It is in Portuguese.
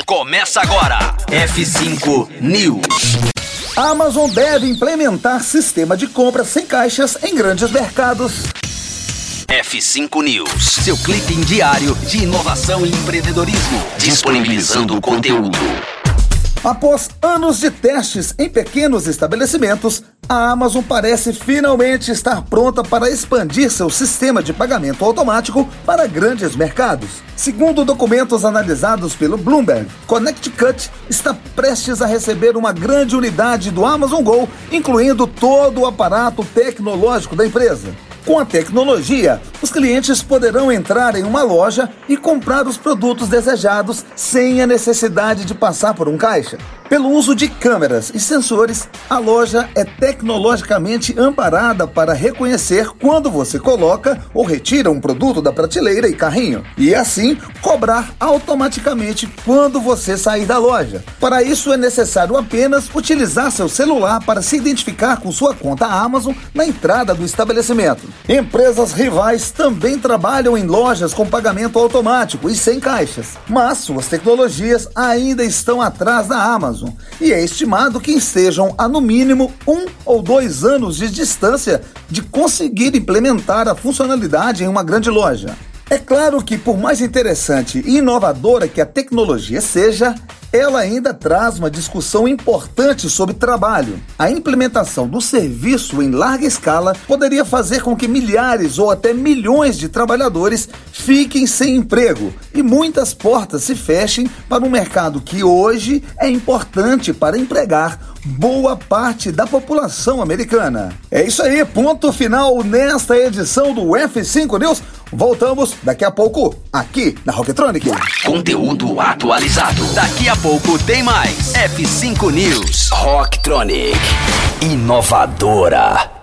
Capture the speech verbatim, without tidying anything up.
Começa agora. F cinco News. A Amazon deve implementar sistema de compra sem caixas em grandes mercados. F cinco News, seu clipe diário de inovação e empreendedorismo, disponibilizando o conteúdo. Após anos de testes em pequenos estabelecimentos, a Amazon parece finalmente estar pronta para expandir seu sistema de pagamento automático para grandes mercados. Segundo documentos analisados pelo Bloomberg, Connecticut está prestes a receber uma grande unidade do Amazon Go, incluindo todo o aparato tecnológico da empresa. Com a tecnologia, os clientes poderão entrar em uma loja e comprar os produtos desejados sem a necessidade de passar por um caixa. Pelo uso de câmeras e sensores, a loja é tecnologicamente amparada para reconhecer quando você coloca ou retira um produto da prateleira e carrinho, e assim cobrar automaticamente quando você sair da loja. Para isso é necessário apenas utilizar seu celular para se identificar com sua conta Amazon na entrada do estabelecimento. Empresas rivais também trabalham em lojas com pagamento automático e sem caixas, mas suas tecnologias ainda estão atrás da Amazon. E é estimado que estejam a no mínimo um ou dois anos de distância de conseguir implementar a funcionalidade em uma grande loja. É claro que, por mais interessante e inovadora que a tecnologia seja, ela ainda traz uma discussão importante sobre trabalho. A implementação do serviço em larga escala poderia fazer com que milhares ou até milhões de trabalhadores fiquem sem emprego e muitas portas se fechem para um mercado que hoje é importante para empregar boa parte da população americana. É isso aí, ponto final nesta edição do F cinco News. Voltamos daqui a pouco aqui na Rocktronic. Conteúdo atualizado. Daqui a pouco tem mais. F cinco News. Rocktronic. Inovadora.